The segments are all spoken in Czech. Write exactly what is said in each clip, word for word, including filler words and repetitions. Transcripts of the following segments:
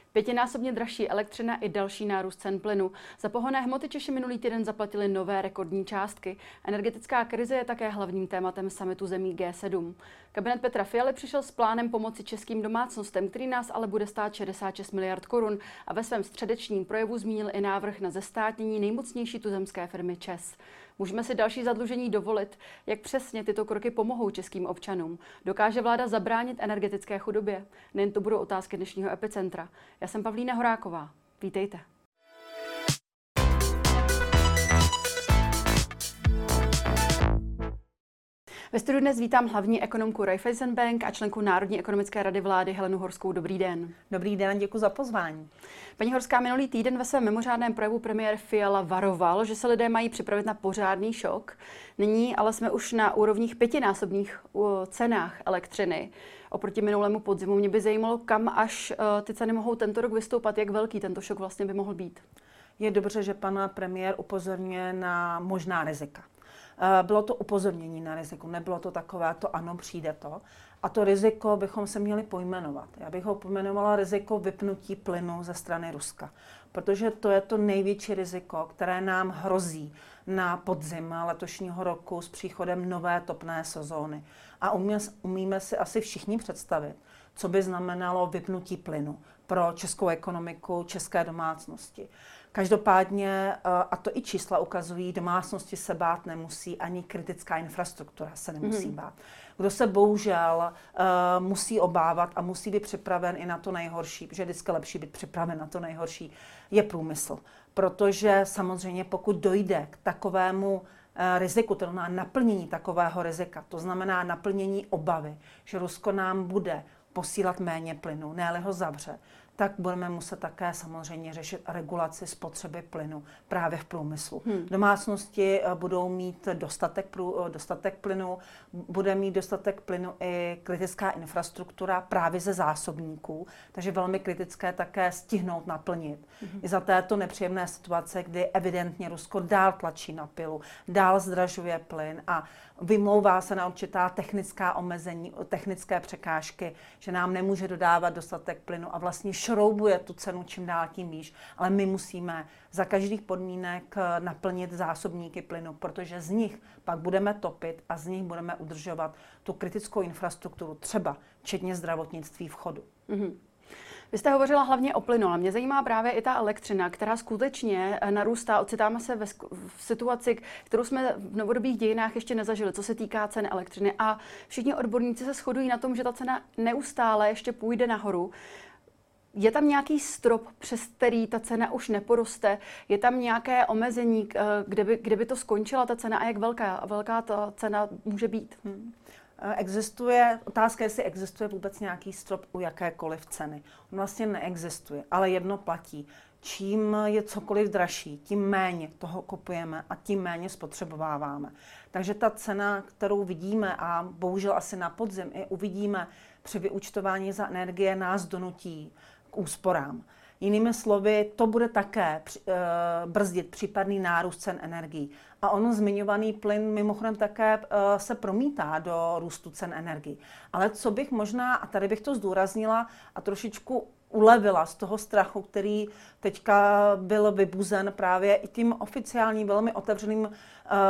Pětinásobně dražší elektřina i další nárůst cen plynu. Za pohonné hmoty Češi minulý týden zaplatili nové rekordní částky. Energetická krize je také hlavním tématem summitu zemí G sedm. Kabinet Petra Fialy přišel s plánem pomoci českým domácnostem, který nás ale bude stát šedesát šest miliard korun, a ve svém středečním projevu zmínil i návrh na zestátnění nejmocnější tuzemské firmy ČEZ. Můžeme si další zadlužení dovolit? Jak přesně tyto kroky pomohou českým občanům? Dokáže vláda zabránit energetické chudobě? Nejen to budou otázky dnešního Epicentra. Já jsem Pavlína Horáková. Vítejte. Ve studiu dnes vítám hlavní ekonomku Raiffeisen Bank a členku Národní ekonomické rady vlády Helenu Horskou. Dobrý den. Dobrý den, děkuji za pozvání. Paní Horská, minulý týden ve svém mimořádném projevu premiér Fiala varoval, že se lidé mají připravit na pořádný šok. Nyní ale jsme už na úrovních pětinásobných cenách elektřiny. Oproti minulému podzimu mě by zajímalo, kam až ty ceny mohou tento rok vystoupat, jak velký tento šok vlastně by mohl být. Je dobře, že pan premiér upozorňuje na možná rizika. Bylo to upozornění na riziko, nebylo to takové, to ano, přijde to. A to riziko bychom se měli pojmenovat. Já bych ho pojmenovala riziko vypnutí plynu ze strany Ruska. Protože to je to největší riziko, které nám hrozí na podzim letošního roku s příchodem nové topné sezóny. A umíme, umíme si asi všichni představit, co by znamenalo vypnutí plynu pro českou ekonomiku, české domácnosti. Každopádně, a to i čísla ukazují, domácnosti se bát nemusí, ani kritická infrastruktura se nemusí mm. bát. Kdo se bohužel uh, musí obávat a musí být připraven i na to nejhorší, protože je vždycky lepší být připraven na to nejhorší, je průmysl. Protože samozřejmě pokud dojde k takovému uh, riziku, to znamená naplnění takového rizika, to znamená naplnění obavy, že Rusko nám bude posílat méně plynu, ne-li ho zavře, tak budeme muset také samozřejmě řešit regulaci spotřeby plynu právě v průmyslu. Hmm. Domácnosti budou mít dostatek, prů, dostatek plynu, bude mít dostatek plynu i kritická infrastruktura právě ze zásobníků, takže velmi kritické také stihnout naplnit. Hmm. I za této nepříjemné situace, kdy evidentně Rusko dál tlačí na pilu, dál zdražuje plyn a vymlouvá se na určitá technická omezení, technické překážky, že nám nemůže dodávat dostatek plynu a vlastně šroubuje tu cenu čím dál tím výš, ale my musíme za každých podmínek naplnit zásobníky plynu, protože z nich pak budeme topit a z nich budeme udržovat tu kritickou infrastrukturu, třeba včetně zdravotnictví v chodu. Mm-hmm. Vy jste hovořila hlavně o plynu, ale mě zajímá právě i ta elektřina, která skutečně narůstá. Ocitáme se ve v situaci, kterou jsme v novodobých dějinách ještě nezažili, co se týká ceny elektřiny. A všichni odborníci se shodují na tom, že ta cena neustále ještě půjde nahoru. Je tam nějaký strop, přes který ta cena už neporoste? Je tam nějaké omezení, kde by, kde by to skončila ta cena a jak velká, velká ta cena může být? Hmm. Existuje, otázka je, jestli existuje vůbec nějaký strop u jakékoliv ceny. On vlastně neexistuje, ale jedno platí. Čím je cokoliv dražší, tím méně toho kupujeme a tím méně spotřebováváme. Takže ta cena, kterou vidíme a bohužel asi na podzim i uvidíme při vyúčtování za energie, nás donutí k úsporám. Jinými slovy, to bude také e, brzdit případný nárůst cen energií. A ono zmiňovaný plyn mimochodem také e, se promítá do růstu cen energií. Ale co bych možná, a tady bych to zdůraznila a trošičku ulevila z toho strachu, který teďka byl vybuzen právě i tím oficiálním, velmi otevřeným uh,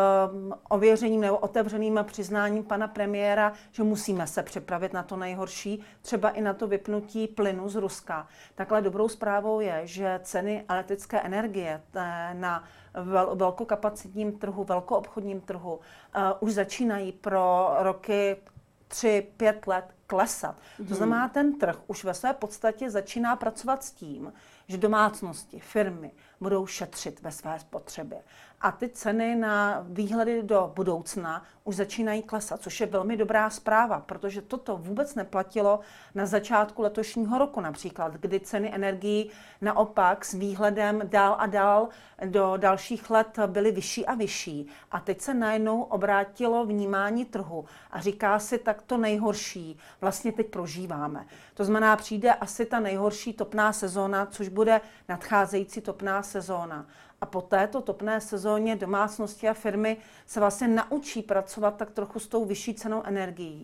ověřením nebo otevřeným přiznáním pana premiéra, že musíme se připravit na to nejhorší, třeba i na to vypnutí plynu z Ruska. Takhle dobrou zprávou je, že ceny elektrické energie na vel, velkokapacitním trhu, velkoobchodním trhu uh, už začínají pro roky tři, pět let klesat. Mm-hmm. To znamená, ten trh už ve své podstatě začíná pracovat s tím, že domácnosti, firmy budou šetřit ve své spotřebě. A ty ceny na výhledy do budoucna už začínají klesat, což je velmi dobrá zpráva, protože toto vůbec neplatilo na začátku letošního roku například, kdy ceny energií naopak s výhledem dál a dál do dalších let byly vyšší a vyšší. A teď se najednou obrátilo vnímání trhu a říká si, tak to nejhorší vlastně teď prožíváme. To znamená, přijde asi ta nejhorší topná sezóna, což bude nadcházející topná sezóna. A po této topné sezóně domácnosti a firmy se vlastně naučí pracovat tak trochu s tou vyšší cenou energií.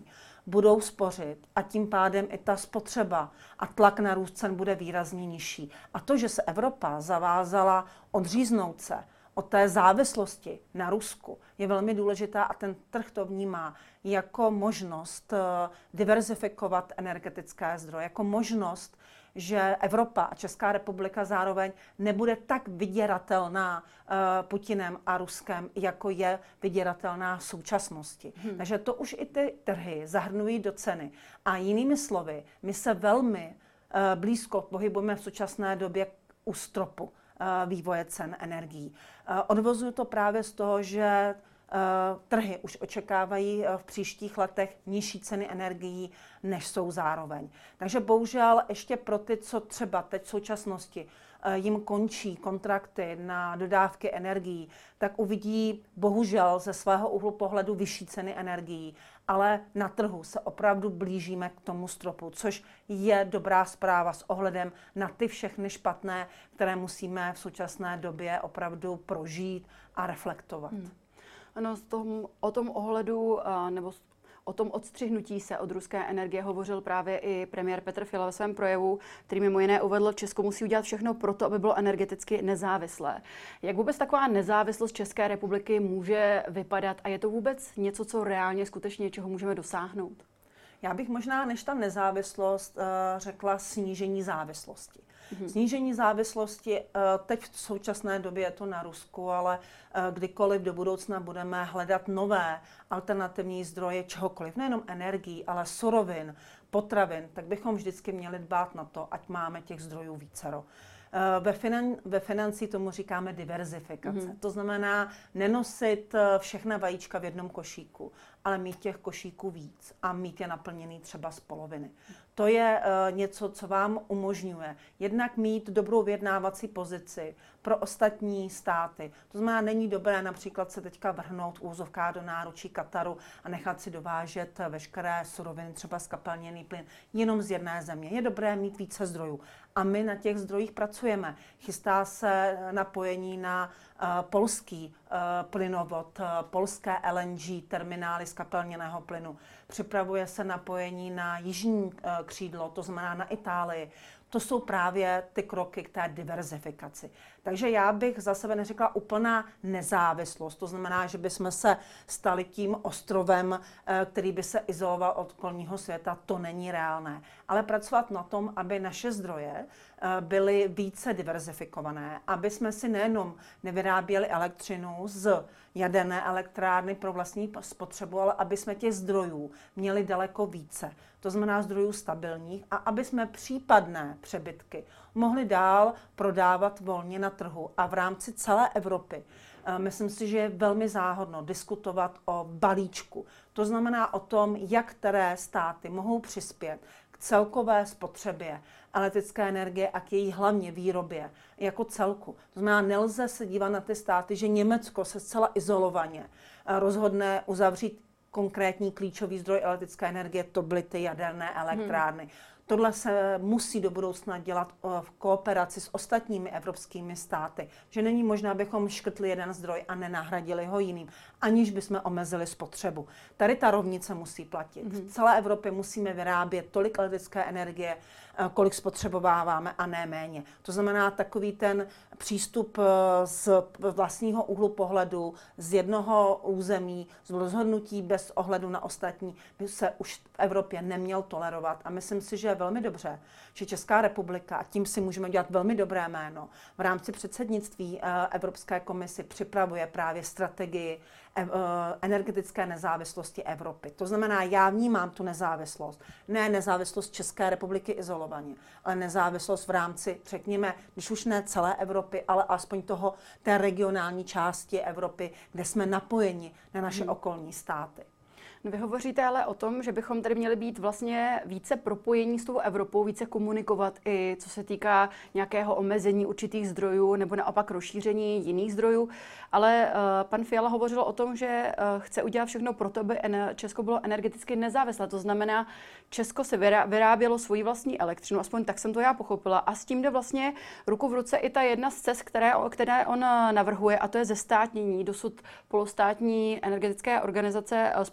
budou spořit a tím pádem i ta spotřeba a tlak na růst cen bude výrazně nižší. A to, že se Evropa zavázala odříznout se od té závislosti na Rusku, je velmi důležitá a ten trh to vnímá jako možnost diverzifikovat energetické zdroje, jako možnost, že Evropa a Česká republika zároveň nebude tak vyděratelná uh, Putinem a Ruskem, jako je vyděratelná v současnosti. Hmm. Takže to už i ty trhy zahrnují do ceny. A jinými slovy, my se velmi uh, blízko pohybujeme v současné době u stropu uh, vývoje cen energií. Uh, odvozuju to právě z toho, že Uh, trhy už očekávají uh, v příštích letech nižší ceny energií, než jsou zároveň. Takže bohužel ještě pro ty, co třeba teď v současnosti uh, jim končí kontrakty na dodávky energií, tak uvidí bohužel ze svého úhlu pohledu vyšší ceny energií, ale na trhu se opravdu blížíme k tomu stropu, což je dobrá zpráva s ohledem na ty všechny špatné, které musíme v současné době opravdu prožít a reflektovat. Hmm. Ano, tom, o tom ohledu nebo o tom odstřihnutí se od ruské energie hovořil právě i premiér Petr Fiala ve svém projevu, který mimo jiné uvedl, Česko musí udělat všechno pro to, aby bylo energeticky nezávislé. Jak vůbec taková nezávislost České republiky může vypadat a je to vůbec něco, co reálně skutečně čeho můžeme dosáhnout? Já bych možná, než ta nezávislost, řekla snížení závislosti. Mm-hmm. Snížení závislosti, teď v současné době je to na Rusku, ale kdykoliv do budoucna budeme hledat nové alternativní zdroje čehokoliv, nejenom energií, ale surovin, potravin, tak bychom vždycky měli dbát na to, ať máme těch zdrojů vícero. Ve, finan, ve financí tomu říkáme diverzifikace. Mm-hmm. To znamená nenosit všechna vajíčka v jednom košíku, ale mít těch košíků víc a mít je naplněný třeba z poloviny. To je uh, něco, co vám umožňuje jednak mít dobrou vyjednávací pozici pro ostatní státy. To znamená, není dobré například se teďka vrhnout úzovká do náručí Kataru a nechat si dovážet veškeré suroviny, třeba skapalněný plyn, jenom z jedné země. Je dobré mít více zdrojů. A my na těch zdrojích pracujeme. Chystá se napojení na uh, polský uh, plynovod, uh, polské L N G terminály skapalněného plynu. Připravuje se napojení na jižní uh, křídlo, to znamená na Itálii. To jsou právě ty kroky k té diverzifikaci. Takže já bych za sebe neřekla úplná nezávislost. To znamená, že bychom se stali tím ostrovem, který by se izoloval od okolního světa. To není reálné. Ale pracovat na tom, aby naše zdroje byly více diverzifikované, aby jsme si nejenom nevyráběli elektřinu z jaderné elektrárny pro vlastní spotřebu, ale aby jsme těch zdrojů měli daleko více. To znamená zdrojů stabilních a aby jsme případné přebytky mohli dál prodávat volně na trhu a v rámci celé Evropy. Myslím si, že je velmi záhodno diskutovat o balíčku. To znamená o tom, jak které státy mohou přispět k celkové spotřebě elektrické energie a k její hlavně výrobě jako celku. To znamená, nelze se dívat na ty státy, že Německo se zcela izolovaně rozhodne uzavřít konkrétní klíčový zdroj elektrické energie, to byly ty jaderné elektrárny. Hmm. Tohle se musí do budoucna dělat v kooperaci s ostatními evropskými státy. Že není možné, abychom škrtli jeden zdroj a nenahradili ho jiným, aniž bychom omezili spotřebu. Tady ta rovnice musí platit. Mm-hmm. V celé Evropě musíme vyrábět tolik elektrické energie, kolik spotřebováváme a ne méně. To znamená takový ten přístup z vlastního úhlu pohledu, z jednoho území, z rozhodnutí bez ohledu na ostatní, by se už v Evropě neměl tolerovat. A myslím si, že je velmi dobře, že Česká republika, a tím si můžeme dělat velmi dobré jméno, v rámci předsednictví Evropské komisi připravuje právě strategii energetické nezávislosti Evropy. To znamená, já vnímám tu nezávislost, ne nezávislost České republiky izolovaně, ale nezávislost v rámci, řekněme, když už ne celé Evropy, ale aspoň toho, té regionální části Evropy, kde jsme napojeni na naše hmm. okolní státy. Vy hovoříte ale o tom, že bychom tady měli být vlastně více propojení s tou Evropou, více komunikovat i co se týká nějakého omezení určitých zdrojů nebo naopak rozšíření jiných zdrojů. Ale uh, pan Fiala hovořil o tom, že uh, chce udělat všechno pro to, aby Česko bylo energeticky nezávislé. To znamená, Česko se vyrábělo svoji vlastní elektřinu, aspoň tak jsem to já pochopila. A s tím jde vlastně ruku v ruce i ta jedna z cest, které, které on navrhuje, a to je zestátnění dosud polostátní energetické organizace společnosti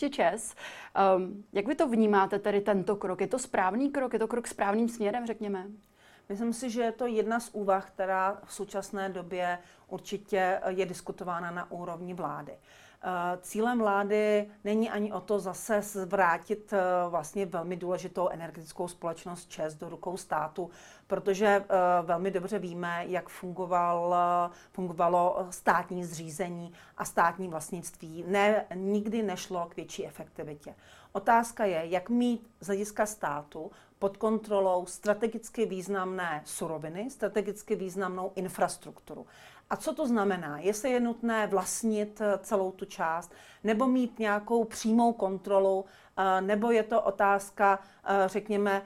týče ČEZ, um, jak vy to vnímáte tedy tento krok? Je to správný krok? Je to krok správným směrem, řekněme? Myslím si, že je to jedna z úvah, která v současné době určitě je diskutována na úrovni vlády. Cílem vlády není ani o to zase zvrátit vlastně velmi důležitou energetickou společnost ČEZ do rukou státu, protože velmi dobře víme, jak fungoval, fungovalo státní zřízení a státní vlastnictví. Ne, nikdy nešlo k větší efektivitě. Otázka je, jak mít z hlediska státu pod kontrolou strategicky významné suroviny, strategicky významnou infrastrukturu. A co to znamená? Jestli je nutné vlastnit celou tu část, nebo mít nějakou přímou kontrolu, nebo je to otázka, řekněme,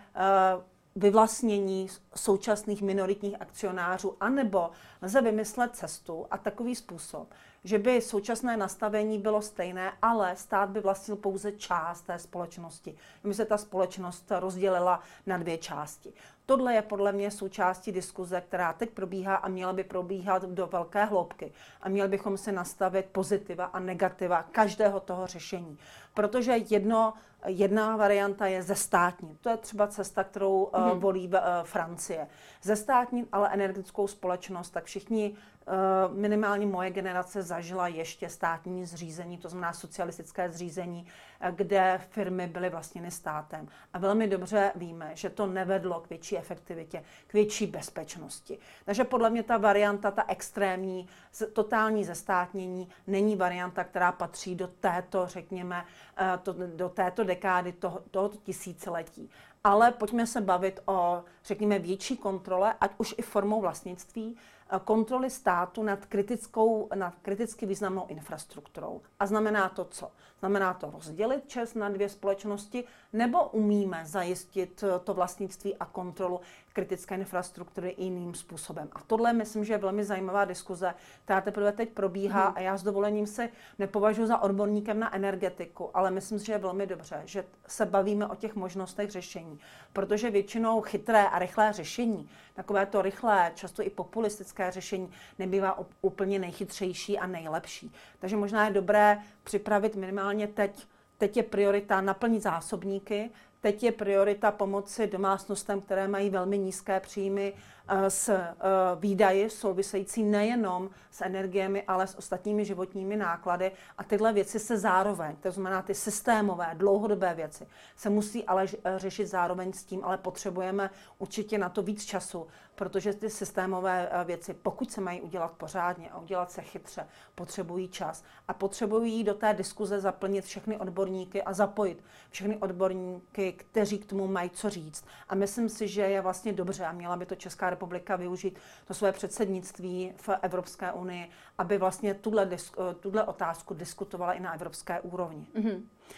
vyvlastnění současných minoritních akcionářů, anebo lze vymyslet cestu a takový způsob, že by současné nastavení bylo stejné, ale stát by vlastnil pouze část té společnosti. By se ta společnost rozdělila na dvě části. Tohle je podle mě součástí diskuze, která teď probíhá a měla by probíhat do velké hloubky. A měli bychom si nastavit pozitiva a negativa každého toho řešení. Protože jedno, jedna varianta je zestátnit. To je třeba cesta, kterou mm. uh, volí uh, Francie. Zestátnit ale energetickou společnost, tak všichni, uh, minimálně moje generace, zažila ještě státní zřízení, to znamená socialistické zřízení, kde firmy byly vlastněny státem. A velmi dobře víme, že to nevedlo k větší efektivitě, k větší bezpečnosti. Takže podle mě ta varianta, ta extrémní, totální zestátnění, není varianta, která patří do této, řekněme, to, do této dekády, toho, tohoto tisíciletí. Ale pojďme se bavit o, řekněme, větší kontrole, ať už i formou vlastnictví, kontroly státu nad kritickou, nad kriticky významnou infrastrukturou. A znamená to co? Znamená to rozdělit ČEZ na dvě společnosti, nebo umíme zajistit to vlastnictví a kontrolu kritické infrastruktury jiným způsobem. A tohle myslím, že je velmi zajímavá diskuze, která teprve teď probíhá hmm. a já s dovolením se nepovažuji za odborníkem na energetiku, ale myslím, že je velmi dobře, že se bavíme o těch možnostech řešení, protože většinou chytré a rychlé řešení, takové to rychlé, často i populistické řešení, nebývá úplně nejchytřejší a nejlepší. Takže možná je dobré připravit minimálně teď, teď je priorita naplnit zásobníky, teď je priorita pomoci domácnostem, které mají velmi nízké příjmy, s výdaji související nejenom s energiemi, ale s ostatními životními náklady. A tyhle věci se zároveň, to znamená ty systémové, dlouhodobé věci, se musí ale řešit zároveň s tím, ale potřebujeme určitě na to víc času, protože ty systémové věci, pokud se mají udělat pořádně a udělat se chytře, potřebují čas a potřebují do té diskuze zaplnit všechny odborníky a zapojit všechny odborníky, kteří k tomu mají co říct. A myslím si, že je vlastně dobře a měla by to Česká republika využít to své předsednictví v Evropské unii, aby vlastně tuhle, tuhle otázku diskutovala i na evropské úrovni. Mm-hmm.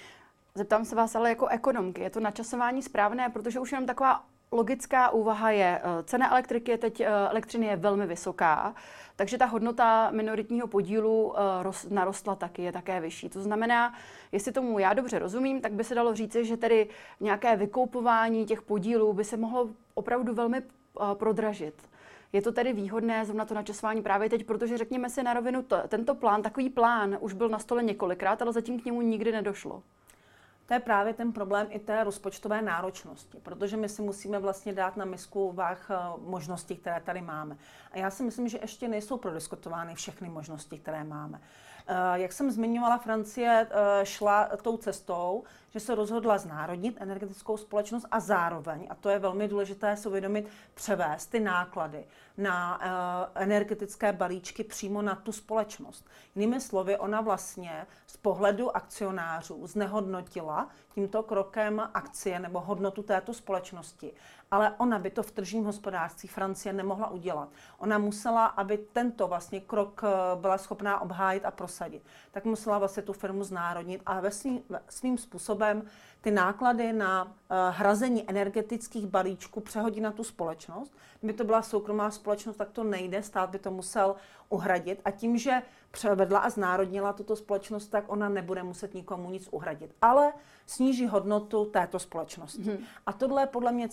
Zeptám se vás ale jako ekonomky, je to načasování správné, protože už jenom taková logická úvaha je, cena elektriky je teď, elektřiny je velmi vysoká, takže ta hodnota minoritního podílu narostla taky, je také vyšší. To znamená, jestli tomu já dobře rozumím, tak by se dalo říci, že tedy nějaké vykoupování těch podílů by se mohlo opravdu velmi prodražit. Je to tedy výhodné zrovna to načasování právě teď, protože řekněme si na rovinu, to, tento plán, takový plán už byl na stole několikrát, ale zatím k němu nikdy nedošlo. To je právě ten problém i té rozpočtové náročnosti, protože my si musíme vlastně dát na misku váh možností, které tady máme. A já si myslím, že ještě nejsou prodiskutovány všechny možnosti, které máme. Jak jsem zmiňovala, Francie šla tou cestou, že se rozhodla znárodnit energetickou společnost a zároveň, a to je velmi důležité si uvědomit, převést ty náklady na energetické balíčky přímo na tu společnost. Jinými slovy, ona vlastně z pohledu akcionářů znehodnotila tímto krokem akcie nebo hodnotu této společnosti. Ale ona by to v tržním hospodářství Francie nemohla udělat. Ona musela, aby tento vlastně krok byla schopná obhájit a prosadit, tak musela vlastně tu firmu znárodnit a ve svým, svým způsobem ty náklady na uh, hrazení energetických balíčků přehodit na tu společnost. Kdyby to byla soukromá společnost, tak to nejde, stát by to musel uhradit a tím, že převedla a znárodnila tuto společnost, tak ona nebude muset nikomu nic uhradit, ale sníží hodnotu této společnosti. Hmm. A tohle je podle mě cesta,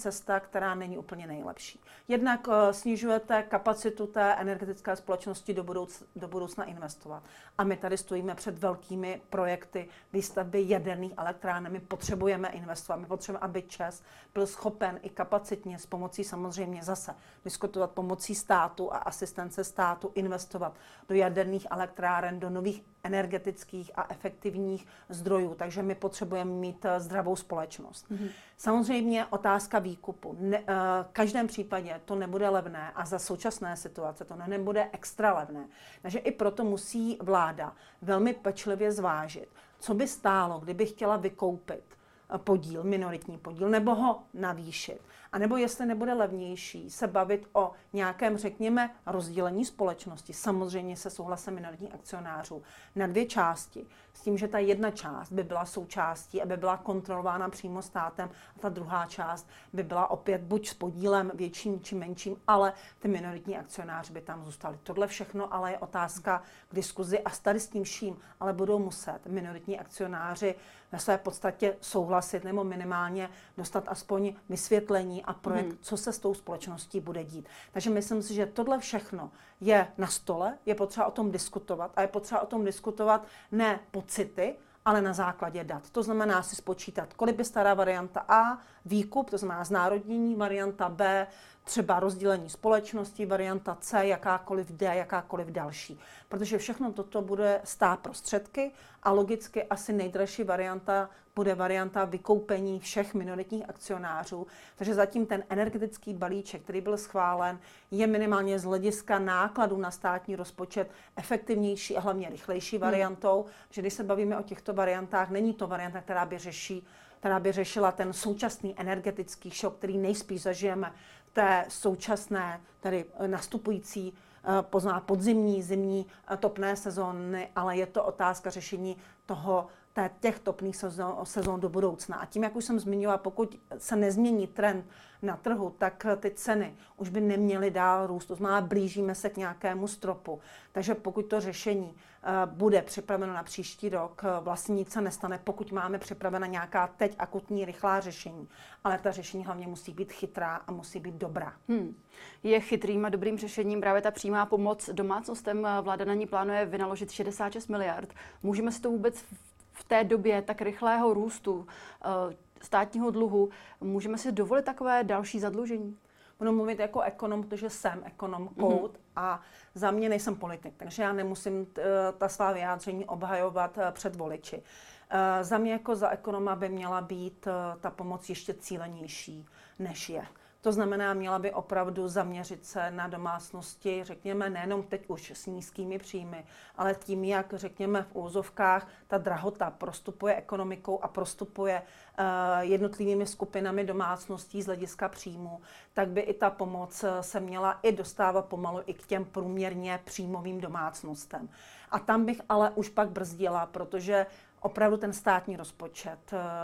která není úplně nejlepší. Jednak uh, snižujete kapacitu té energetické společnosti do, budouc, do budoucna investovat. A my tady stojíme před velkými projekty výstavby jaderných elektráren. My potřebujeme investovat, my potřebujeme, aby ČEZ byl schopen i kapacitně s pomocí samozřejmě zase diskutovat pomocí státu a asistence státu investovat do jaderných elektráren, do nových energetických a efektivních zdrojů. Takže my potřebujeme mít zdravou společnost. Mm-hmm. Samozřejmě otázka výkupu. Ne, v každém případě to nebude levné a za současné situace to nebude extra levné. Takže i proto musí vláda velmi pečlivě zvážit, co by stálo, kdyby chtěla vykoupit podíl, minoritní podíl, nebo ho navýšit. A nebo jestli nebude levnější se bavit o nějakém, řekněme, rozdělení společnosti, samozřejmě se souhlasem minoritních akcionářů, na dvě části. S tím, že ta jedna část by byla součástí, aby byla kontrolována přímo státem, a ta druhá část by byla opět buď s podílem větším či menším, ale ty minoritní akcionáři by tam zůstali. Tohle všechno ale je otázka k diskuzi a tady s tím vším, ale budou muset minoritní akcionáři ve své podstatě souhlasit nebo minimálně dostat aspoň vysvětlení a projekt, hmm. co se s tou společností bude dít. Takže myslím si, že tohle všechno je na stole, je potřeba o tom diskutovat a je potřeba o tom diskutovat ne pocity, ale na základě dat. To znamená si spočítat, kolik by stará varianta A, výkup, to znamená znárodnění, varianta B, třeba rozdělení společnosti, varianta C, jakákoliv D, jakákoliv další. Protože všechno toto bude stát prostředky a logicky asi nejdražší varianta bude varianta vykoupení všech minoritních akcionářů. Takže zatím ten energetický balíček, který byl schválen, je minimálně z hlediska nákladů na státní rozpočet efektivnější a hlavně rychlejší variantou. Hmm. Že když se bavíme o těchto variantách, není to varianta, která by řeší která by řešila ten současný energetický šok, který nejspíš zažijeme v té současné, tedy nastupující pozná podzimní, zimní topné sezóny, ale je to otázka řešení toho, těch topných sezón, sezón do budoucna. A tím, jak už jsem zmiňovala, pokud se nezmění trend na trhu, tak ty ceny už by neměly dál růst. To znamená, blížíme se k nějakému stropu. Takže pokud to řešení uh, bude připraveno na příští rok, uh, vlastně nic se nestane, pokud máme připravena nějaká teď akutní rychlá řešení. Ale ta řešení hlavně musí být chytrá a musí být dobrá. Hmm. Je chytrým a dobrým řešením právě ta přímá pomoc domácnostem. Vláda na ní plánuje vynaložit šedesát šest miliard. Můžeme si to vůbec v té době tak rychlého růstu uh, státního dluhu, můžeme si dovolit takové další zadlužení? Budu mluvit jako ekonom, protože jsem ekonomkou mm-hmm. a za mě nejsem politik, takže já nemusím t, ta svá vyjádření obhajovat před voliči. Uh, za mě jako za ekonoma by měla být uh, ta pomoc ještě cílenější, než je. To znamená, měla by opravdu zaměřit se na domácnosti, řekněme, nejenom teď už s nízkými příjmy, ale tím, jak, řekněme, v úzovkách ta drahota prostupuje ekonomikou a prostupuje uh, jednotlivými skupinami domácností z hlediska příjmu, tak by i ta pomoc se měla i dostávat pomalu i k těm průměrně příjmovým domácnostem. A tam bych ale už pak brzdila, protože opravdu ten státní rozpočet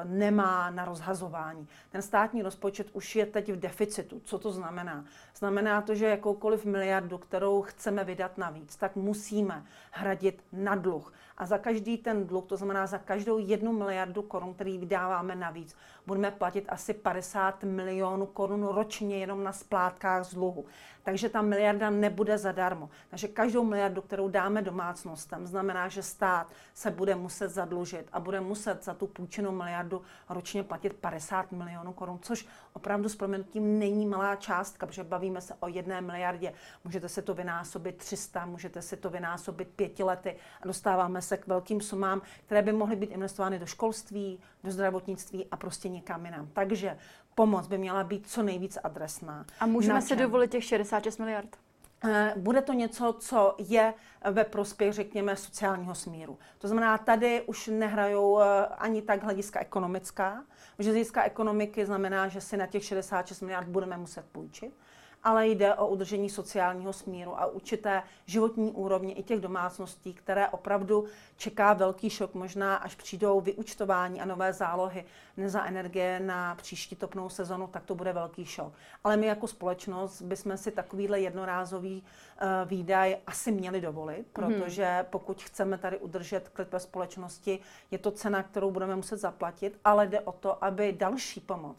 nemá na rozhazování. Ten státní rozpočet už je teď v deficitu. Co to znamená? Znamená to, že jakoukoliv miliardu, kterou chceme vydat navíc, tak musíme hradit na dluh. A za každý ten dluh, to znamená za každou jednu miliardu korun, který vydáváme navíc, budeme platit asi padesát milionů korun ročně jenom na splátkách z dluhu. Takže ta miliarda nebude zadarmo. Takže každou miliardu, kterou dáme domácnostem, znamená, že stát se bude muset zadlužit a bude muset za tu půjčenou miliardu ročně platit padesát milionů korun, což opravdu s prominutím není malá částka, protože bavíme se o jedné miliardě. Můžete si to vynásobit tři sta, můžete si to vynásobit pěti lety a dostáváme se k velkým sumám, které by mohly být investovány do školství, do zdravotnictví a prostě někam jinam. Takže pomoc by měla být co nejvíc adresná. A můžeme si dovolit těch šedesát šest miliard? Bude to něco, co je ve prospěch, řekněme, sociálního smíru. To znamená, tady už nehrajou ani tak hlediska ekonomická, protože z hlediska ekonomiky znamená, že si na těch šedesát šest miliard budeme muset půjčit, ale jde o udržení sociálního smíru a určité životní úrovně i těch domácností, které opravdu čeká velký šok, možná až přijdou vyúčtování a nové zálohy za energie na příští topnou sezonu, tak to bude velký šok. Ale my jako společnost bychom si takovýhle jednorázový uh, výdaj asi měli dovolit, protože pokud chceme tady udržet klid ve společnosti, je to cena, kterou budeme muset zaplatit, ale jde o to, aby další pomoc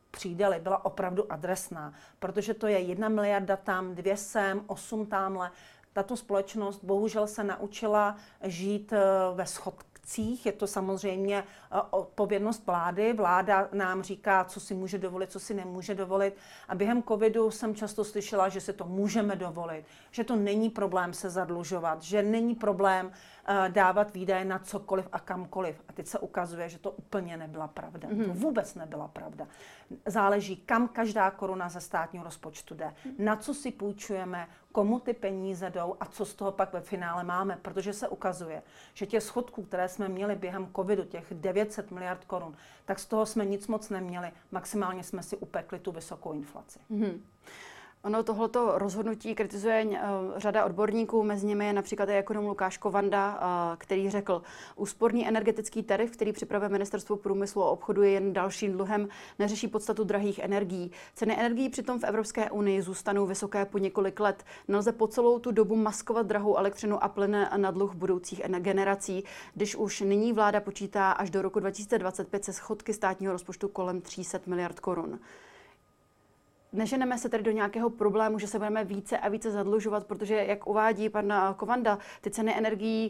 přijde-li, byla opravdu adresná, protože to je jedna miliarda tam, dvě sem, osm tamhle. Tato společnost bohužel se naučila žít ve schodcích. Je to samozřejmě odpovědnost vlády. Vláda nám říká, co si může dovolit, co si nemůže dovolit. A během covidu jsem často slyšela, že si to můžeme dovolit, že to není problém se zadlužovat, že není problém dávat výdaje na cokoliv a kamkoliv. A teď se ukazuje, že to úplně nebyla pravda. Mm. To vůbec nebyla pravda. Záleží, kam každá koruna ze státního rozpočtu jde, na co si půjčujeme, komu ty peníze jdou a co z toho pak ve finále máme. Protože se ukazuje, že těch schodků, které jsme měli během covidu, těch devět set miliard korun, tak z toho jsme nic moc neměli. Maximálně jsme si upekli tu vysokou inflaci. Mm. Ono tohleto rozhodnutí kritizuje uh, řada odborníků, mezi nimi je například i ekonom Lukáš Kovanda, uh, který řekl, úsporný energetický tarif, který připravuje Ministerstvo průmyslu a obchodu, je jen dalším dluhem, neřeší podstatu drahých energií. Ceny energií přitom v Evropské unii zůstanou vysoké po několik let. Nelze po celou tu dobu maskovat drahou elektřinu a plyn na dluh budoucích generací, když už nyní vláda počítá až do roku dva tisíce dvacet pět se schodky státního rozpočtu kolem tři sta miliard korun. Neženeme se tedy do nějakého problému, že se budeme více a více zadlužovat, protože, jak uvádí pan Kovanda, ty ceny energií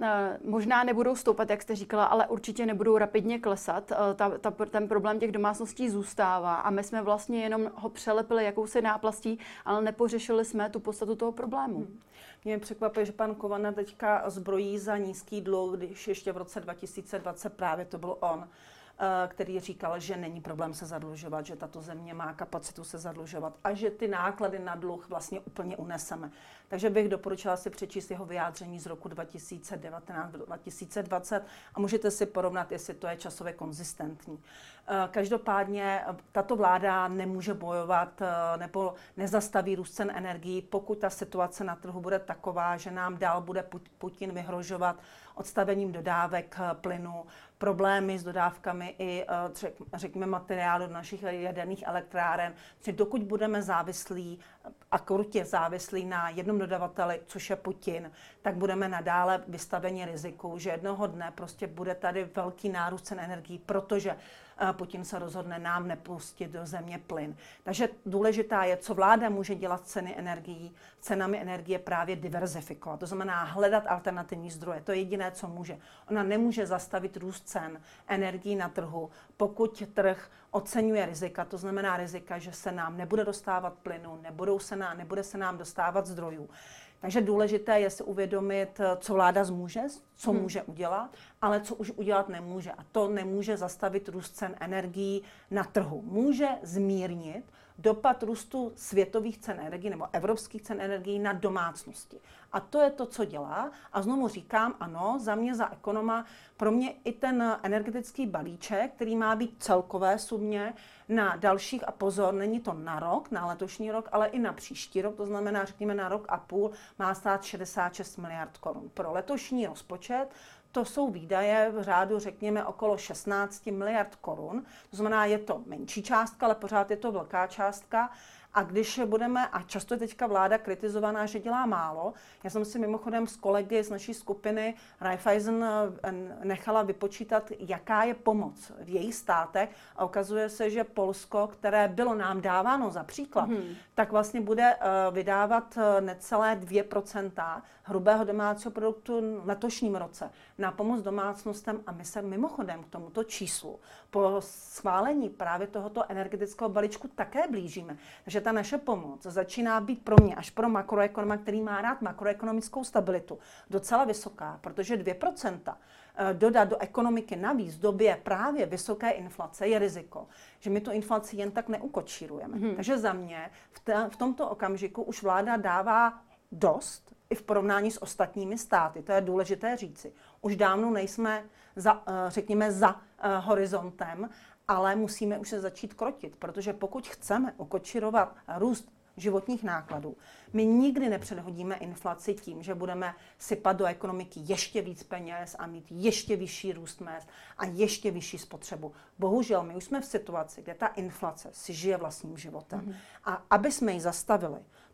možná nebudou stoupat, jak jste říkala, ale určitě nebudou rapidně klesat. Ta, ta, ten problém těch domácností zůstává a my jsme vlastně jenom ho přelepili jakousi náplastí, ale nepořešili jsme tu podstatu toho problému. Hmm. Mě překvapuje, že pan Kovanda teďka zbrojí za nízký dluh, když ještě v roce dva tisíce dvacet právě to byl on, který říkal, že není problém se zadlužovat, že tato země má kapacitu se zadlužovat a že ty náklady na dluh vlastně úplně uneseme. Takže bych doporučila si přečíst jeho vyjádření z roku dva tisíce devatenáct dva tisíce dvacet a můžete si porovnat, jestli to je časově konzistentní. Každopádně tato vláda nemůže bojovat nebo nezastaví růst cen energií, pokud ta situace na trhu bude taková, že nám dál bude Putin vyhrožovat odstavením dodávek plynu, problémy s dodávkami i řekněme materiálu do našich jaderných elektráren. Dokud budeme závislí a krutě závislí na jednom dodavateli, což je Putin, tak budeme nadále vystaveni riziku, že jednoho dne prostě bude tady velký nárůst cen energií, protože Putin se rozhodne nám nepustit do země plyn. Takže důležitá je, co vláda může dělat s ceny energií, cenami energie právě diverzifikovat. To znamená hledat alternativní zdroje. To je jediné, co může. Ona nemůže zastavit růst cen energií na trhu, pokud trh oceňuje rizika. To znamená rizika, že se nám nebude dostávat plynu, nebudou se nám, nebude se nám dostávat zdrojů. Takže důležité je si uvědomit, co vláda zmůže, co hmm. může udělat, ale co už udělat nemůže. A to nemůže zastavit růst cen energií na trhu. Může zmírnit dopad růstu světových cen energií nebo evropských cen energií na domácnosti. A to je to, co dělá. A znovu říkám, ano, za mě, za ekonoma, pro mě i ten energetický balíček, který má být celkové sumě na dalších, a pozor, není to na rok, na letošní rok, ale i na příští rok, to znamená, řekněme, na rok a půl, má stát šedesát šest miliard korun. Pro letošní rozpočet to jsou výdaje v řádu, řekněme, okolo šestnáct miliard korun. To znamená, je to menší částka, ale pořád je to velká částka. A když budeme, a často je teďka vláda kritizovaná, že dělá málo, já jsem si mimochodem s kolegy z naší skupiny Raiffeisen nechala vypočítat, jaká je pomoc v jejich státech a ukazuje se, že Polsko, které bylo nám dáváno za příklad, hmm. tak vlastně bude vydávat necelé dvě procenta hrubého domácího produktu v letošním roce na pomoc domácnostem a my se mimochodem k tomuto číslu po schválení právě tohoto energetického balíčku také blížíme. Takže ta naše pomoc začíná být pro mě, až pro makroekonoma, který má rád makroekonomickou stabilitu, docela vysoká, protože dvě procenta dodat do ekonomiky navíc v době právě vysoké inflace je riziko, že my tu inflaci jen tak neukočírujeme. Hmm. Takže za mě v, te, v tomto okamžiku už vláda dává dost i v porovnání s ostatními státy. To je důležité říci. Už dávno nejsme za, řekněme, za horizontem, ale musíme už se začít krotit, protože pokud chceme ukočírovat růst životních nákladů, my nikdy nepředhodíme inflaci tím, že budeme sypat do ekonomiky ještě víc peněz a mít ještě vyšší růst mezd a ještě vyšší spotřebu. Bohužel my už jsme v situaci, kde ta inflace si žije vlastním životem. Mm-hmm. A aby jsme ji zastavili,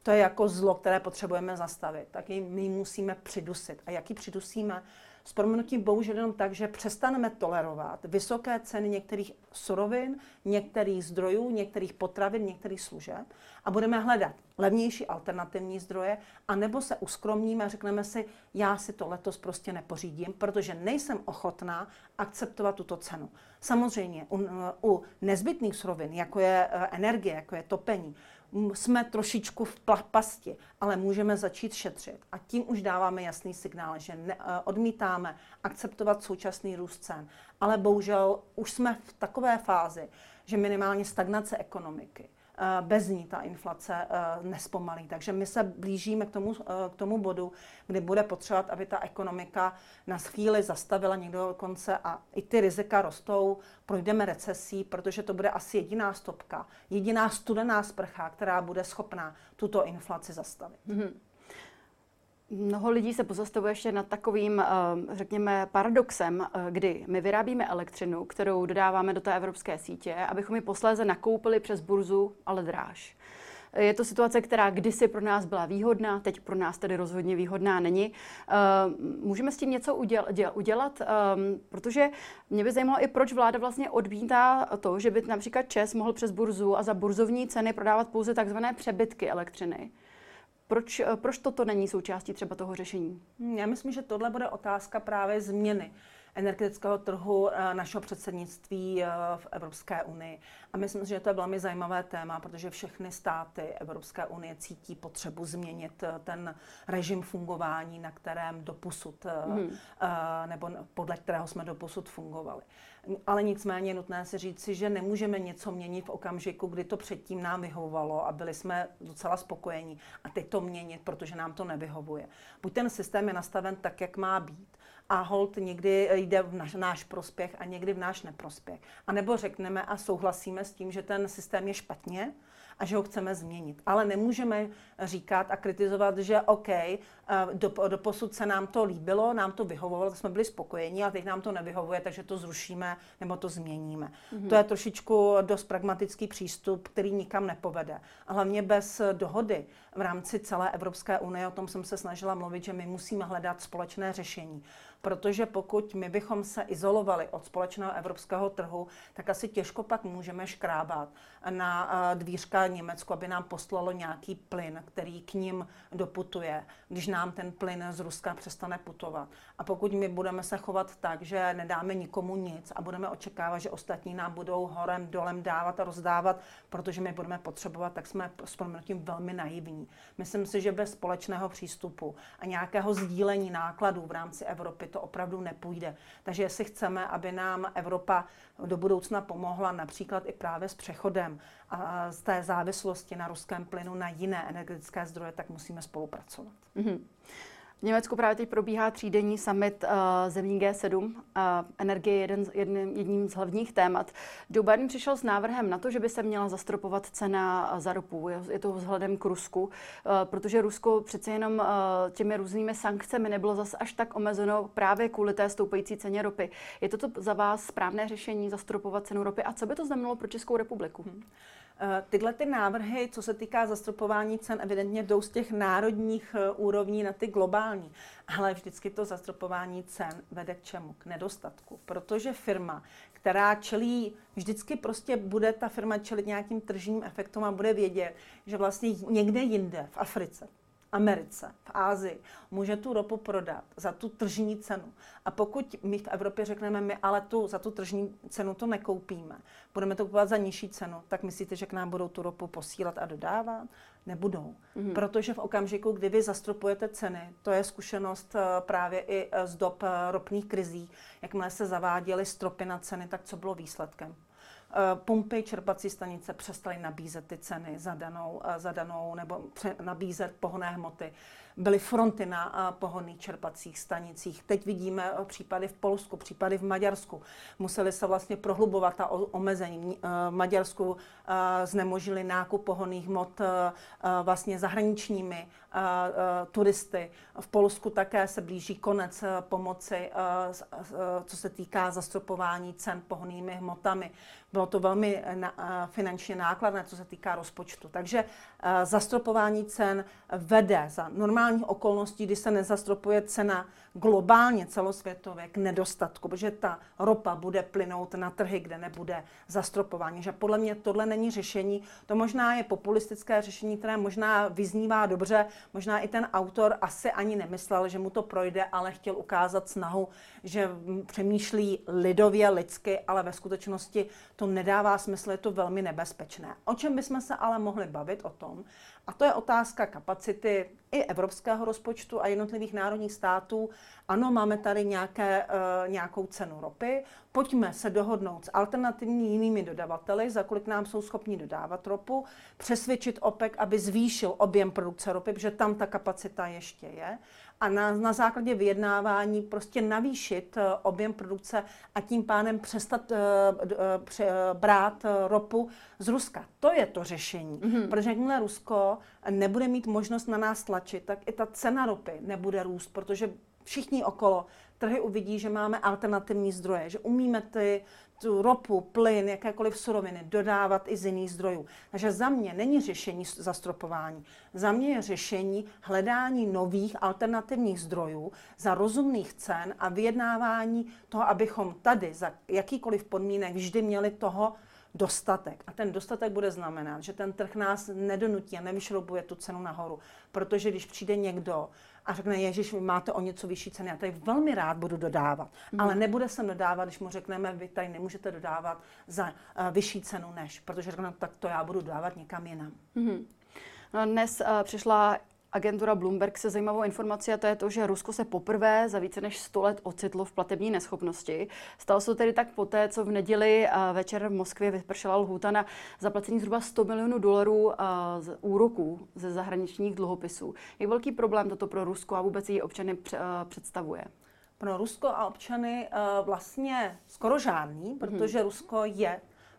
To je jako zlo, které potřebujeme zastavit. Tak ji my musíme přidusit. A jak ji přidusíme? S prominutím bohužel jenom tak, že přestaneme tolerovat vysoké ceny některých surovin, některých zdrojů, některých potravin, některých služeb a budeme hledat levnější alternativní zdroje, anebo se uskromníme a řekneme si, já si to letos prostě nepořídím, protože nejsem ochotná akceptovat tuto cenu. Samozřejmě u, u nezbytných surovin, jako je energie, jako je topení, jsme trošičku v pasti, ale můžeme začít šetřit. A tím už dáváme jasný signál, že ne, odmítáme akceptovat současný růst cen. Ale bohužel už jsme v takové fázi, že minimálně stagnace ekonomiky, bez ní ta inflace nespomalí. Takže my se blížíme k tomu, k tomu bodu, kdy bude potřebovat, aby ta ekonomika na chvíli zastavila někdo dokonce a i ty rizika rostou, projdeme recesí, protože to bude asi jediná stopka, jediná studená sprcha, která bude schopná tuto inflaci zastavit. Mm-hmm. Mnoho lidí se pozastavuje ještě nad takovým, řekněme, paradoxem, kdy my vyrábíme elektřinu, kterou dodáváme do té evropské sítě, abychom ji posléze nakoupili přes burzu, ale dráž. Je to situace, která kdysi pro nás byla výhodná, teď pro nás tedy rozhodně výhodná není. Můžeme s tím něco udělat? Protože mě by zajímalo i, proč vláda vlastně odmítá to, že by například ČEZ mohl přes burzu a za burzovní ceny prodávat pouze takzvané přebytky elektřiny. Proč, proč toto není součástí třeba toho řešení? Já myslím, že tohle bude otázka právě změny energetického trhu našeho předsednictví v Evropské unii. A myslím, že to je velmi zajímavé téma, protože všechny státy Evropské unie cítí potřebu změnit ten režim fungování, na kterém doposud, hmm. nebo podle kterého jsme doposud fungovali. Ale nicméně je nutné si říci, že nemůžeme něco měnit v okamžiku, kdy to předtím nám vyhovovalo a byli jsme docela spokojení. A teď to měnit, protože nám to nevyhovuje. Buď ten systém je nastaven tak, jak má být, a holt někdy jde v naš, náš prospěch a někdy v náš neprospěch. A nebo řekneme a souhlasíme s tím, že ten systém je špatně a že ho chceme změnit. Ale nemůžeme říkat a kritizovat, že OK, do, do posud se nám to líbilo, nám to vyhovovalo, tak jsme byli spokojení, a teď nám to nevyhovuje, takže to zrušíme nebo to změníme. Mm-hmm. To je trošičku dost pragmatický přístup, který nikam nepovede. A hlavně bez dohody v rámci celé Evropské unie, o tom jsem se snažila mluvit, že my musíme hledat společné řešení. Protože pokud my bychom se izolovali od společného evropského trhu, tak asi těžko pak můžeme škrábat na dvířka Německu, aby nám poslalo nějaký plyn, který k ním doputuje, když nám ten plyn z Ruska přestane putovat. A pokud my budeme se chovat tak, že nedáme nikomu nic a budeme očekávat, že ostatní nám budou horem dolem dávat a rozdávat, protože my budeme potřebovat, tak jsme s prominutím velmi naivní. Myslím si, že bez společného přístupu a nějakého sdílení nákladů v rámci Evropy to opravdu nepůjde. Takže jestli chceme, aby nám Evropa do budoucna pomohla například i právě s přechodem a z té závislosti na ruském plynu na jiné energetické zdroje, tak musíme spolupracovat. Mm-hmm. V Německu právě teď probíhá třídenní summit uh, zemí G sedm. Uh, energie je jeden, jedním, jedním z hlavních témat. Joe Biden přišel s návrhem na to, že by se měla zastropovat cena za ropu. Je to vzhledem k Rusku, uh, protože Rusko přece jenom uh, těmi různými sankcemi nebylo zas až tak omezeno právě kvůli té stoupající ceně ropy. Je toto za vás správné řešení zastropovat cenu ropy a co by to znamenalo pro Českou republiku? Hmm. Tyhle ty návrhy, co se týká zastropování cen, evidentně jdou z těch národních úrovní na ty globální. Ale vždycky to zastropování cen vede k čemu? K nedostatku. Protože firma, která čelí, vždycky prostě bude ta firma čelit nějakým tržním efektům a bude vědět, že vlastně někde jinde, v Africe, Americe, v Asii, může tu ropu prodat za tu tržní cenu. A pokud my v Evropě řekneme, my ale tu, za tu tržní cenu to nekoupíme, budeme to kupovat za nižší cenu, tak myslíte, že k nám budou tu ropu posílat a dodávat? Nebudou. Mm-hmm. Protože v okamžiku, kdy vy zastropujete ceny, to je zkušenost právě i z dob ropných krizí, jakmile se zaváděly stropy na ceny, tak co bylo výsledkem? Pumpy, čerpací stanice přestaly nabízet ty ceny za danou, za danou nebo nabízet pohonné hmoty. byly fronty na pohonných čerpacích stanicích. Teď vidíme případy v Polsku, případy v Maďarsku. Museli se vlastně prohlubovat ta omezení. V Maďarsku znemožili nákup pohonných hmot vlastně zahraničními turisty. V Polsku také se blíží konec pomoci, co se týká zastropování cen pohonnými hmotami. Bylo to velmi finančně nákladné, co se týká rozpočtu. Takže zastropování cen vede za normálních okolností, kdy se nezastropuje cena globálně celosvětově k nedostatku, protože ta ropa bude plynout na trhy, kde nebude zastropování. Že podle mě tohle není řešení. To možná je populistické řešení, které možná vyznívá dobře, možná i ten autor asi ani nemyslel, že mu to projde, ale chtěl ukázat snahu, že přemýšlí lidově, lidsky, ale ve skutečnosti to nedává smysl, je to velmi nebezpečné. O čem bychom se ale mohli bavit o tom, a to je otázka kapacity i evropského rozpočtu a jednotlivých národních států. Ano, máme tady nějaké, e, nějakou cenu ropy, pojďme se dohodnout s alternativními jinými dodavateli, za kolik nám jsou schopni dodávat ropu, přesvědčit OPEC, aby zvýšil objem produkce ropy, protože tam ta kapacita ještě je, a na, na základě vyjednávání prostě navýšit uh, objem produkce a tím pádem přestat uh, pře, uh, brát uh, ropu z Ruska. To je to řešení, mm-hmm. protože jakmile Rusko nebude mít možnost na nás tlačit, tak i ta cena ropy nebude růst, protože všichni okolo trhy uvidí, že máme alternativní zdroje, že umíme ty, tu ropu, plyn, jakékoliv suroviny dodávat i z jiných zdrojů. Takže za mě není řešení zastropování. Za mě je řešení hledání nových alternativních zdrojů za rozumných cen a vyjednávání toho, abychom tady za jakýkoliv podmínek vždy měli toho dostatek. A ten dostatek bude znamenat, že ten trh nás nedonutí a nevyšroubuje tu cenu nahoru. Protože když přijde někdo a řekne, ježiš, vy máte o něco vyšší ceny, já tady velmi rád budu dodávat. Mm. Ale nebude se dodávat, když mu řekneme, vy tady nemůžete dodávat za uh, vyšší cenu než, protože řekne, tak to já budu dodávat někam jinam. Mm. No, dnes uh, přišla agentura Bloomberg se zajímavou informací, a to je to, že Rusko se poprvé za více než sto let ocitlo v platební neschopnosti. Stalo se to tedy tak poté, co v neděli večer v Moskvě vypršela lhůta na zaplacení zhruba sto milionů dolarů z úroků ze zahraničních dluhopisů. Jak velký problém toto pro Rusko a vůbec její občany představuje? Pro Rusko a občany vlastně skoro žádný, protože hmm. Rusko je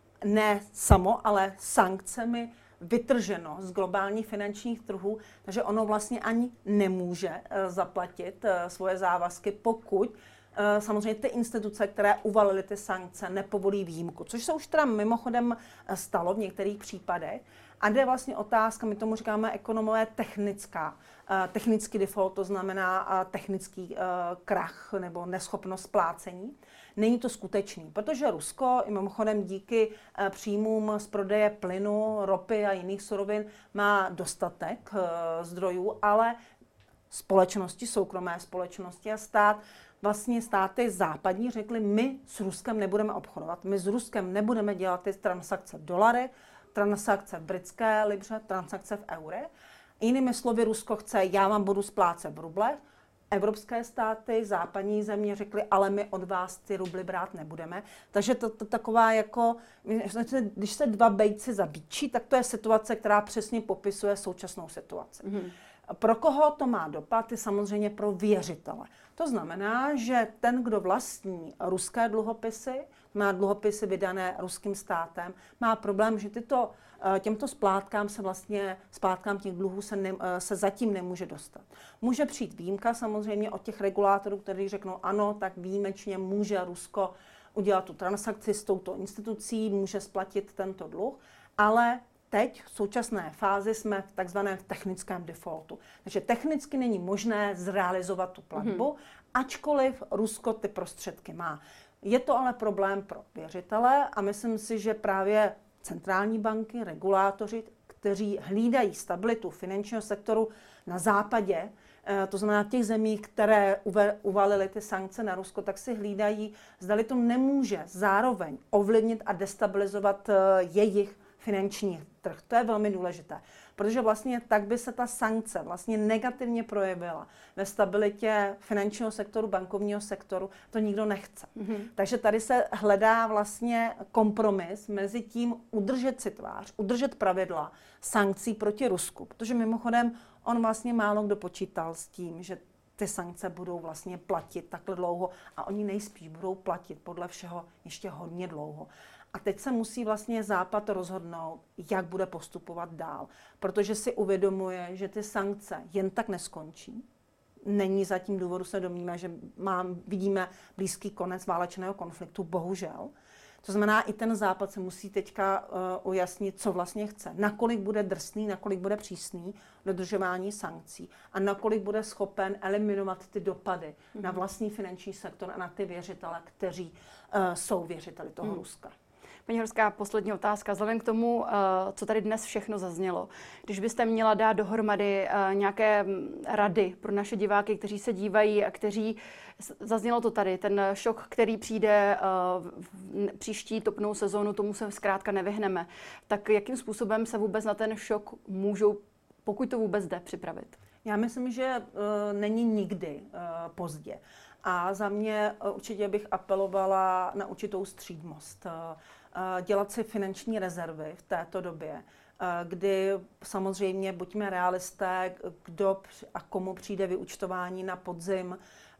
ne samo, ale sankcemi vytrženo z globálních finančních trhů, takže ono vlastně ani nemůže uh, zaplatit uh, svoje závazky, pokud uh, samozřejmě ty instituce, které uvalily ty sankce, nepovolí výjimku, což se už teda mimochodem stalo v některých případech. A jde vlastně otázka, my tomu říkáme ekonomové technická, uh, technický default, to znamená uh, technický uh, krach nebo neschopnost splácení. Není to skutečný, protože Rusko i mimochodem díky uh, příjmům z prodeje plynu, ropy a jiných surovin má dostatek uh, zdrojů, ale společnosti, soukromé společnosti a stát, vlastně státy západní řekly, my s Ruskem nebudeme obchodovat, my s Ruskem nebudeme dělat ty transakce v dolarech, transakce v britské libře, transakce v eurech. Jinými slovy, Rusko chce, já vám budu splácet v rublech. Evropské státy, západní země řekly, ale my od vás ty rubly brát nebudeme. Takže to, to taková jako, když se dva bejci zabíčí, tak to je situace, která přesně popisuje současnou situaci. Mm-hmm. Pro koho to má dopad, je samozřejmě pro věřitele. To znamená, že ten, kdo vlastní ruské dluhopisy, má dluhopisy vydané ruským státem, má problém, že tyto, těmto splátkám se vlastně, splátkám těch dluhů se, ne, se zatím nemůže dostat. Může přijít výjimka samozřejmě od těch regulátorů, kteří řeknou, ano, tak výjimečně může Rusko udělat tu transakci s touto institucí, může splatit tento dluh, ale teď v současné fázi jsme v takzvaném technickém defaultu. Takže technicky není možné zrealizovat tu platbu, mm-hmm. ačkoliv Rusko ty prostředky má. Je to ale problém pro věřitele a myslím si, že právě centrální banky, regulátoři, kteří hlídají stabilitu finančního sektoru na západě, to znamená v těch zemích, které uvalily ty sankce na Rusko, tak si hlídají, zdali to nemůže zároveň ovlivnit a destabilizovat jejich finanční trh. To je velmi důležité, protože vlastně tak by se ta sankce vlastně negativně projevila ve stabilitě finančního sektoru, bankovního sektoru, to nikdo nechce. Mm-hmm. Takže tady se hledá vlastně kompromis mezi tím udržet si tvář, udržet pravidla sankcí proti Rusku, protože mimochodem on vlastně málo kdo počítal s tím, že ty sankce budou vlastně platit takhle dlouho a oni nejspíš budou platit podle všeho ještě hodně dlouho. A teď se musí vlastně Západ rozhodnout, jak bude postupovat dál, protože si uvědomuje, že ty sankce jen tak neskončí. Není zatím důvodu se domnívat, že mám, vidíme blízký konec válečného konfliktu, bohužel. To znamená, i ten Západ se musí teďka uh, ujasnit, co vlastně chce. Nakolik bude drsný, nakolik bude přísný dodržování sankcí a nakolik bude schopen eliminovat ty dopady mm-hmm. na vlastní finanční sektor a na ty věřitele, kteří uh, jsou věřiteli toho mm. Ruska. Paní Horská, poslední otázka. Vzhledem k tomu, co tady dnes všechno zaznělo, když byste měla dát dohromady nějaké rady pro naše diváky, kteří se dívají a kteří, zaznělo to tady, ten šok, který přijde v příští topnou sezónu, tomu se zkrátka nevyhneme, tak jakým způsobem se vůbec na ten šok můžou, pokud to vůbec jde, připravit? Já myslím, že uh, není nikdy uh, pozdě. A za mě uh, určitě bych apelovala na určitou střídmost. Uh, dělat si finanční rezervy v této době, kdy samozřejmě buďme realisté, kdo a komu přijde vyúčtování na podzim,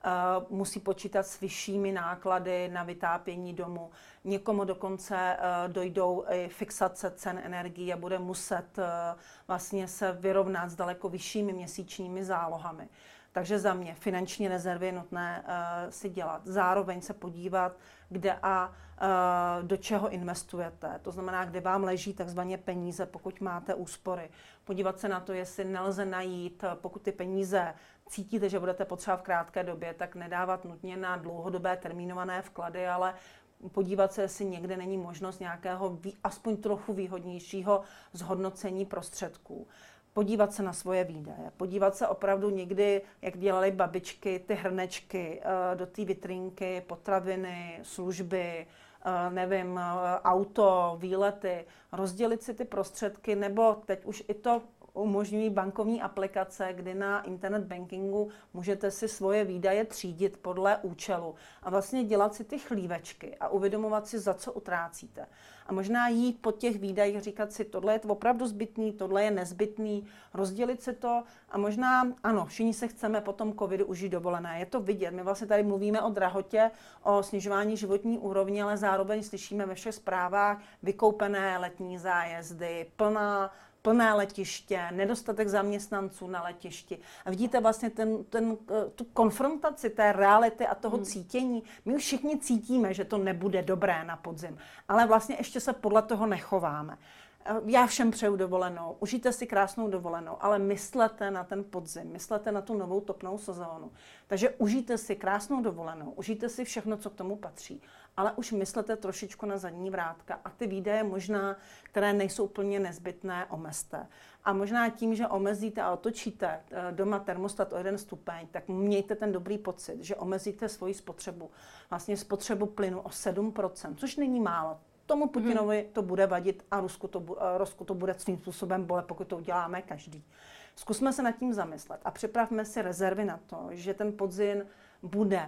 musí počítat s vyššími náklady na vytápění domu. Někomu dokonce dojdou i fixace cen energií a bude muset vlastně se vyrovnat s daleko vyššími měsíčními zálohami. Takže za mě finanční rezervy je nutné uh, si dělat. Zároveň se podívat, kde a uh, do čeho investujete. To znamená, kde vám leží takzvané peníze, pokud máte úspory. Podívat se na to, jestli nelze najít, pokud ty peníze cítíte, že budete potřebovat v krátké době, tak nedávat nutně na dlouhodobé termínované vklady, ale podívat se, jestli někde není možnost nějakého aspoň trochu výhodnějšího zhodnocení prostředků. Podívat se na svoje výdaje, podívat se opravdu někdy, jak dělaly babičky, ty hrnečky do té vitrínky, potraviny, služby, nevím, auto, výlety, rozdělit si ty prostředky, nebo teď už i to umožňují bankovní aplikace, kdy na internet bankingu můžete si svoje výdaje třídit podle účelu a vlastně dělat si ty chlívečky a uvědomovat si, za co utrácíte. A možná jít po těch výdajích, říkat si, tohle je opravdu zbytný, tohle je nezbytný, rozdělit si to a možná, ano, všichni se chceme po tom covidu užít dovolené. Je to vidět, my vlastně tady mluvíme o drahotě, o snižování životní úrovně, ale zároveň slyšíme ve všech zprávách vykoupené letní zájezdy, plná plné letiště, nedostatek zaměstnanců na letišti. A vidíte vlastně ten, ten, tu konfrontaci té reality a toho hmm. cítění. My už všichni cítíme, že to nebude dobré na podzim, ale vlastně ještě se podle toho nechováme. Já všem přeju dovolenou, užijte si krásnou dovolenou, ale myslete na ten podzim, myslete na tu novou topnou sezónu. Takže užijte si krásnou dovolenou, užijte si všechno, co k tomu patří, ale už myslete trošičku na zadní vrátka a ty výdaje možná, které nejsou úplně nezbytné, omezte. A možná tím, že omezíte a otočíte doma termostat o jeden stupeň, tak mějte ten dobrý pocit, že omezíte svoji spotřebu, vlastně spotřebu plynu o sedm procent, což není málo. Tomu Putinovi to bude vadit a Rusku to, Rusku to bude svým způsobem bolet, pokud to uděláme každý. Zkusme se nad tím zamyslet a připravme si rezervy na to, že ten podzim bude,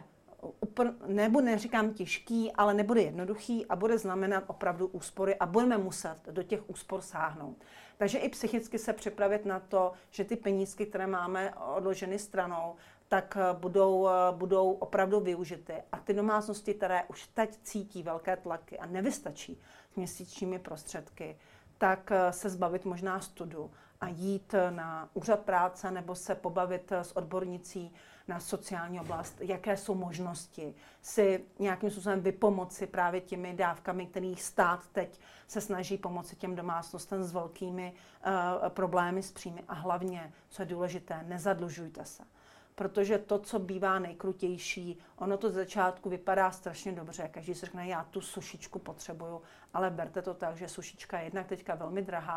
nebude, neříkám těžký, ale nebude jednoduchý a bude znamenat opravdu úspory a budeme muset do těch úspor sáhnout. Takže i psychicky se připravit na to, že ty penízky, které máme odloženy stranou, tak budou, budou opravdu využity. A ty domácnosti, které už teď cítí velké tlaky a nevystačí s měsíčními prostředky, tak se zbavit možná studu a jít na úřad práce nebo se pobavit s odbornicí na sociální oblast, jaké jsou možnosti si nějakým způsobem vypomoci právě těmi dávkami, kterých stát teď se snaží pomoci těm domácnostem s velkými uh, problémy s příjmy. A hlavně, co je důležité, nezadlužujte se. Protože to, co bývá nejkrutější, ono to z začátku vypadá strašně dobře. Každý si řekne, já tu sušičku potřebuju, ale berte to tak, že sušička je jednak teďka velmi drahá,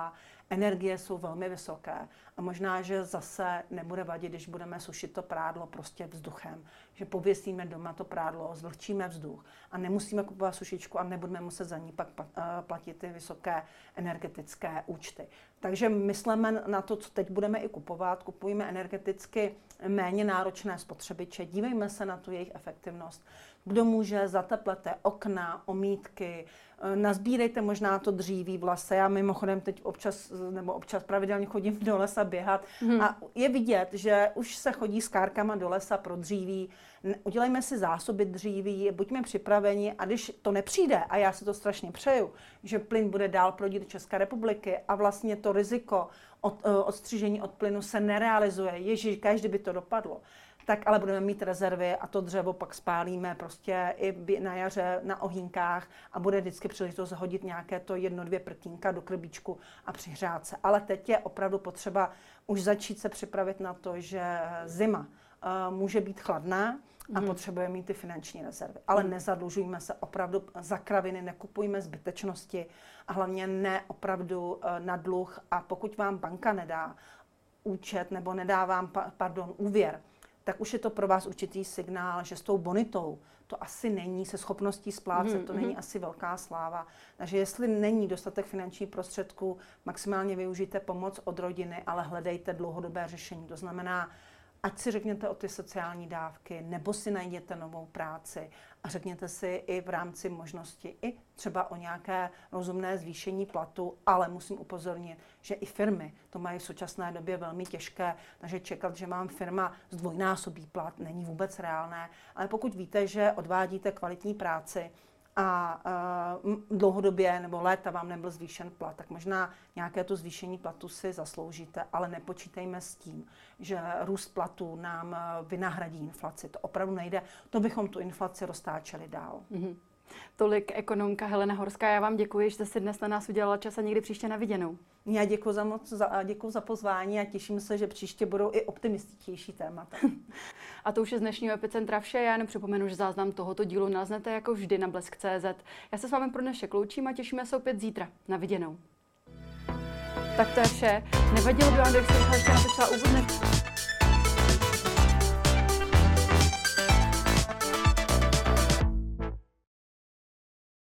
energie jsou velmi vysoké a možná, že zase nebude vadit, když budeme sušit to prádlo prostě vzduchem, že pověsíme doma to prádlo, zvlhčíme vzduch a nemusíme kupovat sušičku a nebudeme muset za ní pak platit ty vysoké energetické účty. Takže myslíme na to, co teď budeme i kupovat, kupujeme energeticky méně náročné spotřebiče, dívejme se na tu jejich efektivnost. Kdo může, zateplete okna, omítky, nazbírejte možná to dříví v lese. Já mimochodem teď občas, nebo občas pravidelně chodím do lesa běhat hmm. a je vidět, že už se chodí s kárkama do lesa pro dříví. Udělejme si zásoby dříví, buďme připraveni a když to nepřijde, a já si to strašně přeju, že plyn bude dál proudit do České republiky a vlastně to riziko od, odstřižení od plynu se nerealizuje, ježiš, každý by to dopadlo, tak ale budeme mít rezervy a to dřevo pak spálíme prostě i na jaře na ohýnkách a bude vždycky příležitost hodit nějaké to jedno, dvě prtínka do krbičku a přihřát se. Ale teď je opravdu potřeba už začít se připravit na to, že zima uh, může být chladná a mm. potřebujeme mít ty finanční rezervy. Ale mm. nezadlužujme se opravdu za kraviny, nekupujme zbytečnosti a hlavně ne opravdu uh, na dluh. A pokud vám banka nedá účet nebo nedá vám, pardon, úvěr, tak už je to pro vás určitý signál, že s tou bonitou to asi není, se schopností splácet, mm, to mm. není asi velká sláva. Takže jestli není dostatek finančních prostředků, maximálně využijte pomoc od rodiny, ale hledejte dlouhodobé řešení. To znamená, ať si řekněte o ty sociální dávky, nebo si najděte novou práci a řekněte si i v rámci možnosti i třeba o nějaké rozumné zvýšení platu, ale musím upozornit, že i firmy to mají v současné době velmi těžké, takže čekat, že vám firma zdvojnásobí plat, není vůbec reálné, ale pokud víte, že odvádíte kvalitní práci, a uh, dlouhodobě nebo léta vám nebyl zvýšen plat, tak možná nějaké to zvýšení platu si zasloužíte, ale nepočítejme s tím, že růst platů nám vynahradí inflaci. To opravdu nejde, to bychom tu inflaci roztáčeli dál. Mm-hmm. Tolik ekonomka Helena Horská. Já vám děkuji, že jste si dnes na nás udělala čas a někdy příště na viděnou. Já děkuji za moc, za, děkuji za pozvání a těším se, že příště budou i optimističtější témata. A to už je z dnešního Epicentra vše. Já jenom připomenu, že záznam tohoto dílu naleznete jako vždy na blesk tečka cé zet. Já se s vámi pro dnešek loučím a těšíme se opět zítra. Na viděnou. Tak to je vše. Nevadilo by vám, kdybych se ještě napsala úvodné...